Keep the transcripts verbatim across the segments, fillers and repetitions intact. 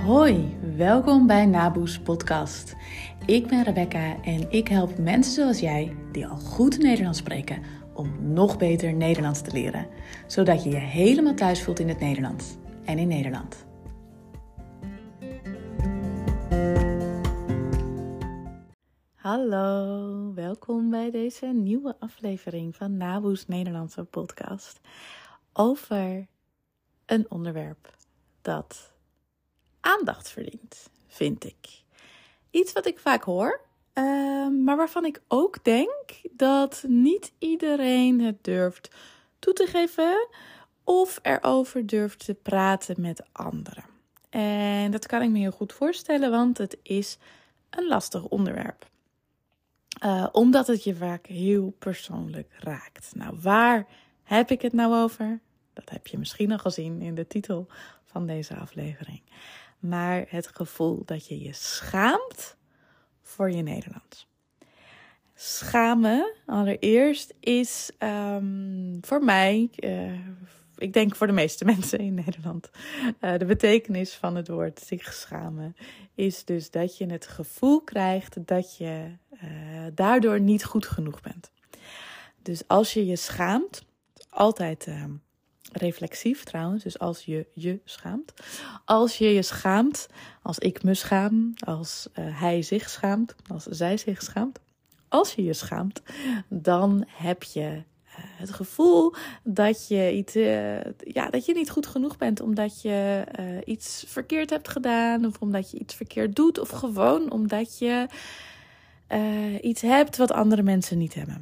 Hoi, welkom bij Naboes podcast. Ik ben Rebecca en ik help mensen zoals jij die al goed Nederlands spreken om nog beter Nederlands te leren. Zodat je je helemaal thuis voelt in het Nederlands en in Nederland. Hallo, welkom bij deze nieuwe aflevering van Naboes Nederlandse podcast. Over een onderwerp dat aandacht verdient, vind ik. Iets wat ik vaak hoor, uh, maar waarvan ik ook denk dat niet iedereen het durft toe te geven of erover durft te praten met anderen. En dat kan ik me heel goed voorstellen, want het is een lastig onderwerp. Uh, omdat het je vaak heel persoonlijk raakt. Nou, waar heb ik het nou over? Dat heb je misschien al gezien in de titel van deze aflevering. Maar het gevoel dat je je schaamt voor je Nederlands. Schamen, allereerst, is um, voor mij, uh, ik denk voor de meeste mensen in Nederland, uh, de betekenis van het woord zich schamen is dus dat je het gevoel krijgt dat je uh, daardoor niet goed genoeg bent. Dus als je je schaamt, altijd Uh, reflexief trouwens, dus als je je schaamt. Als je je schaamt, als ik me schaam, als uh, hij zich schaamt, als zij zich schaamt. Als je je schaamt, dan heb je uh, het gevoel dat je, iets, uh, ja, dat je niet goed genoeg bent omdat je uh, iets verkeerd hebt gedaan of omdat je iets verkeerd doet of gewoon omdat je uh, iets hebt wat andere mensen niet hebben.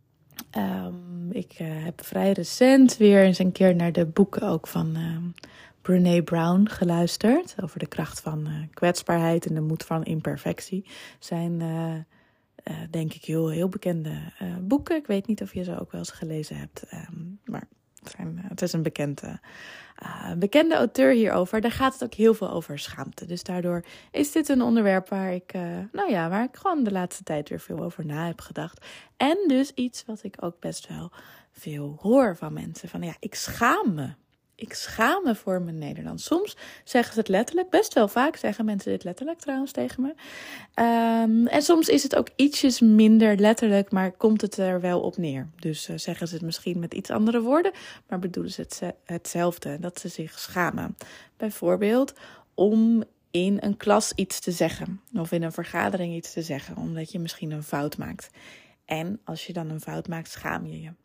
Um, ik uh, heb vrij recent weer eens een keer naar de boeken ook van uh, Brené Brown geluisterd. Over de kracht van uh, kwetsbaarheid en de moed van imperfectie. Zijn uh, uh, denk ik heel, heel bekende uh, boeken. Ik weet niet of je ze ook wel eens gelezen hebt. Um, maar het, zijn, uh, het is een bekende, uh, bekende auteur hierover. Daar gaat het ook heel veel over schaamte. Dus daardoor is dit een onderwerp waar ik, uh, nou ja, waar ik gewoon de laatste tijd weer veel over na heb gedacht. En dus iets wat ik ook best wel veel hoor van mensen. Van ja, ik schaam me. Ik schaam me voor mijn Nederlands. Soms zeggen ze het letterlijk. Best wel vaak zeggen mensen dit letterlijk trouwens tegen me. Um, en soms is het ook ietsjes minder letterlijk, maar komt het er wel op neer. Dus uh, zeggen ze het misschien met iets andere woorden, maar bedoelen ze het, hetzelfde. Dat ze zich schamen. Bijvoorbeeld om in een klas iets te zeggen. Of in een vergadering iets te zeggen. Omdat je misschien een fout maakt. En als je dan een fout maakt, schaam je je.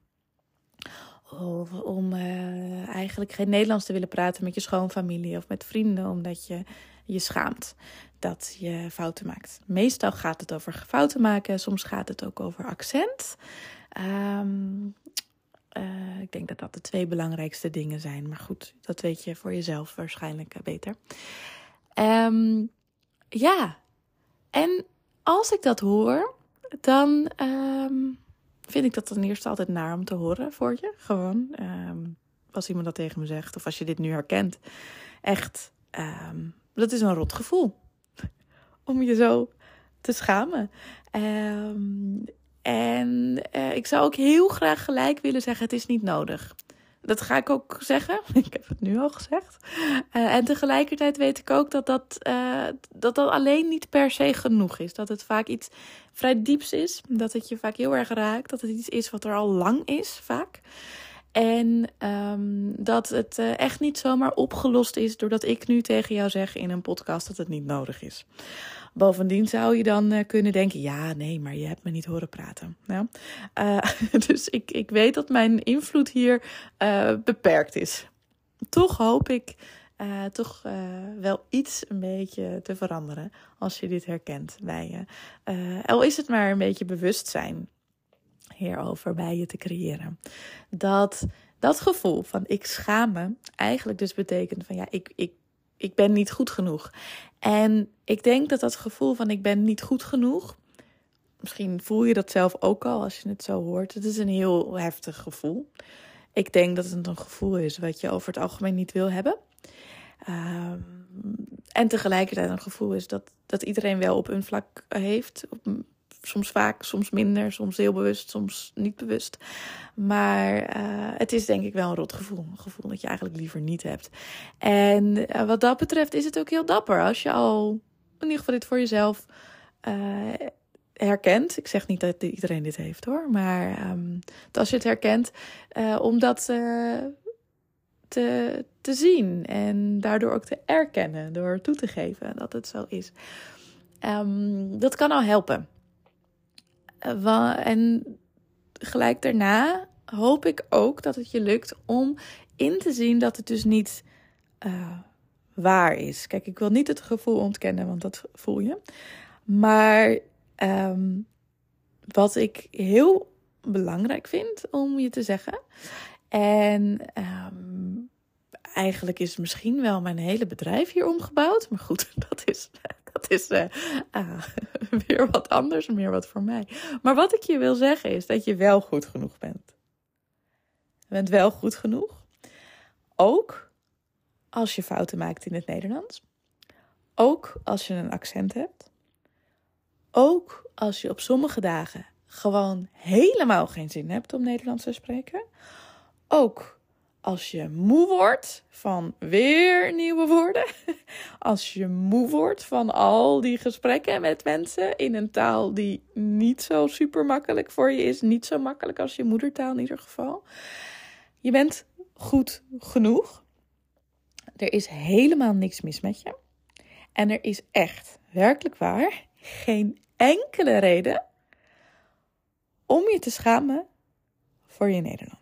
Of om uh, eigenlijk geen Nederlands te willen praten met je schoonfamilie of met vrienden. Omdat je je schaamt dat je fouten maakt. Meestal gaat het over fouten maken. Soms gaat het ook over accent. Um, uh, ik denk dat dat de twee belangrijkste dingen zijn. Maar goed, dat weet je voor jezelf waarschijnlijk beter. Um, ja, en als ik dat hoor, dan Um, vind ik dat ten eerste altijd naar om te horen voor je. Gewoon, um, als iemand dat tegen me zegt. Of als je dit nu herkent. Echt, um, dat is een rot gevoel. Om je zo te schamen. Um, en uh, ik zou ook heel graag gelijk willen zeggen, het is niet nodig. Dat ga ik ook zeggen. Ik heb het nu al gezegd. Uh, en tegelijkertijd weet ik ook dat dat, uh, dat dat alleen niet per se genoeg is. Dat het vaak iets vrij dieps is. Dat het je vaak heel erg raakt. Dat het iets is wat er al lang is, vaak. En um, dat het uh, echt niet zomaar opgelost is doordat ik nu tegen jou zeg in een podcast dat het niet nodig is. Bovendien zou je dan uh, kunnen denken, ja, nee, maar je hebt me niet horen praten. Ja? Uh, dus ik, ik weet dat mijn invloed hier uh, beperkt is. Toch hoop ik uh, toch uh, wel iets een beetje te veranderen als je dit herkent bij je. Uh, al is het maar een beetje bewustzijn hierover bij je te creëren. Dat dat gevoel van ik schaam me eigenlijk dus betekent van ja, ik, ik, ik ben niet goed genoeg. En ik denk dat dat gevoel van ik ben niet goed genoeg, misschien voel je dat zelf ook al als je het zo hoort. Het is een heel heftig gevoel. Ik denk dat het een gevoel is wat je over het algemeen niet wil hebben. Um, en tegelijkertijd een gevoel is dat, dat iedereen wel op een vlak heeft. Op, soms vaak, soms minder, soms heel bewust, soms niet bewust. Maar uh, het is denk ik wel een rot gevoel. Een gevoel dat je eigenlijk liever niet hebt. En uh, wat dat betreft is het ook heel dapper. Als je al, in ieder geval dit voor jezelf uh, herkent. Ik zeg niet dat iedereen dit heeft hoor. Maar um, als je het herkent, uh, om dat uh, te, te zien. En daardoor ook te erkennen. Door toe te geven dat het zo is. Um, dat kan al helpen. Uh, en gelijk daarna hoop ik ook dat het je lukt om in te zien dat het dus niet uh, waar is. Kijk, ik wil niet het gevoel ontkennen, want dat voel je. Maar um, wat ik heel belangrijk vind om je te zeggen. En um, eigenlijk is misschien wel mijn hele bedrijf hier omgebouwd. Maar goed, dat is... Dat is uh, uh, weer wat anders, meer wat voor mij. Maar wat ik je wil zeggen is dat je wel goed genoeg bent. Je bent wel goed genoeg. Ook als je fouten maakt in het Nederlands. Ook als je een accent hebt. Ook als je op sommige dagen gewoon helemaal geen zin hebt om Nederlands te spreken. Ook als je moe wordt van weer nieuwe woorden. Als je moe wordt van al die gesprekken met mensen in een taal die niet zo super makkelijk voor je is. Niet zo makkelijk als je moedertaal in ieder geval. Je bent goed genoeg. Er is helemaal niks mis met je. En er is echt, werkelijk waar, geen enkele reden om je te schamen voor je Nederlands.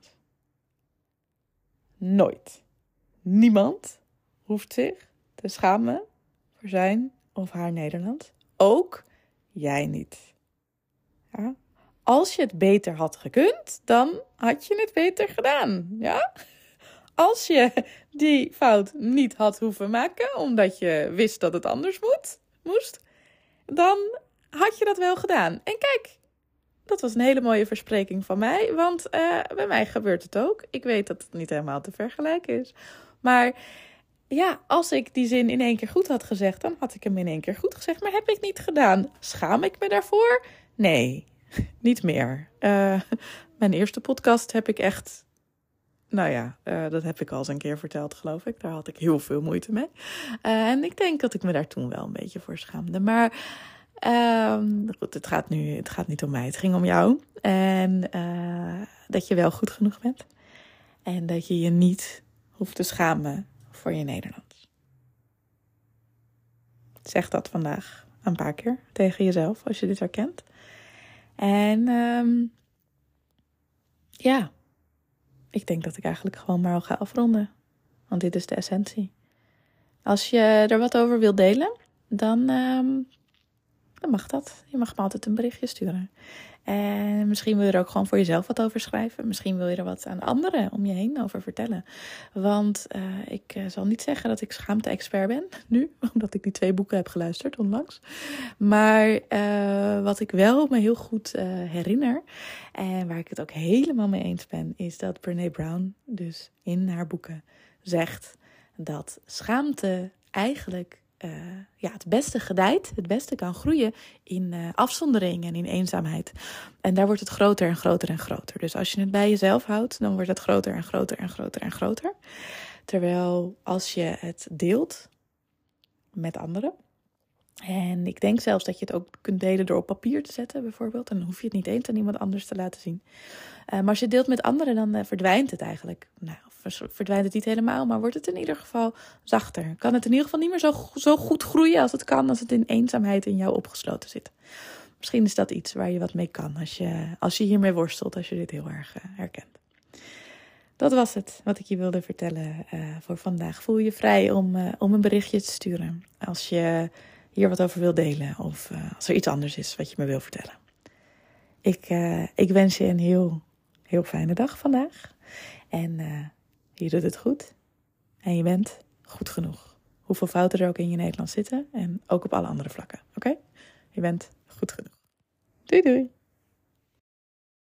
Nooit. Niemand hoeft zich te schamen voor zijn of haar Nederlands. Ook jij niet. Ja? Als je het beter had gekund, dan had je het beter gedaan. Ja? Als je die fout niet had hoeven maken, omdat je wist dat het anders moet, moest, dan had je dat wel gedaan. En kijk, dat was een hele mooie verspreking van mij, want uh, bij mij gebeurt het ook. Ik weet dat het niet helemaal te vergelijken is. Maar ja, als ik die zin in één keer goed had gezegd, dan had ik hem in één keer goed gezegd. Maar heb ik niet gedaan. Schaam ik me daarvoor? Nee, niet meer. Uh, mijn eerste podcast heb ik echt... Nou ja, uh, dat heb ik al eens een keer verteld, geloof ik. Daar had ik heel veel moeite mee. Uh, en ik denk dat ik me daar toen wel een beetje voor schaamde. Maar... Um, goed, het gaat nu, het gaat niet om mij, het ging om jou. En uh, dat je wel goed genoeg bent. En dat je je niet hoeft te schamen voor je Nederlands. Zeg dat vandaag een paar keer tegen jezelf, als je dit herkent. En um, ja, ik denk dat ik eigenlijk gewoon maar al ga afronden. Want dit is de essentie. Als je er wat over wilt delen, dan... Um, Dan mag dat. Je mag me altijd een berichtje sturen. En misschien wil je er ook gewoon voor jezelf wat over schrijven. Misschien wil je er wat aan anderen om je heen over vertellen. Want uh, ik uh, zal niet zeggen dat ik schaamte-expert ben nu. Omdat ik die twee boeken heb geluisterd onlangs. Maar uh, wat ik wel me heel goed uh, herinner. En waar ik het ook helemaal mee eens ben. Is dat Brené Brown dus in haar boeken zegt dat schaamte eigenlijk... Uh, ja, het beste gedijt, het beste kan groeien in uh, afzondering en in eenzaamheid. En daar wordt het groter en groter en groter. Dus als je het bij jezelf houdt, dan wordt het groter en groter en groter en groter. Terwijl als je het deelt met anderen. En ik denk zelfs dat je het ook kunt delen door op papier te zetten bijvoorbeeld. En dan hoef je het niet eens aan iemand anders te laten zien. Uh, maar als je het deelt met anderen, dan uh, verdwijnt het eigenlijk. Nou, verdwijnt het niet helemaal, maar wordt het in ieder geval zachter. Kan het in ieder geval niet meer zo, zo goed groeien als het kan als het in eenzaamheid in jou opgesloten zit. Misschien is dat iets waar je wat mee kan als je, als je hiermee worstelt, als je dit heel erg uh, herkent. Dat was het wat ik je wilde vertellen uh, voor vandaag. Voel je vrij om, uh, om een berichtje te sturen als je hier wat over wil delen of uh, als er iets anders is wat je me wil vertellen. Ik, uh, ik wens je een heel, heel fijne dag vandaag. En uh, je doet het goed. En je bent goed genoeg. Hoeveel fouten er ook in je Nederlands zitten. En ook op alle andere vlakken. Oké? Okay? Je bent goed genoeg. Doei doei.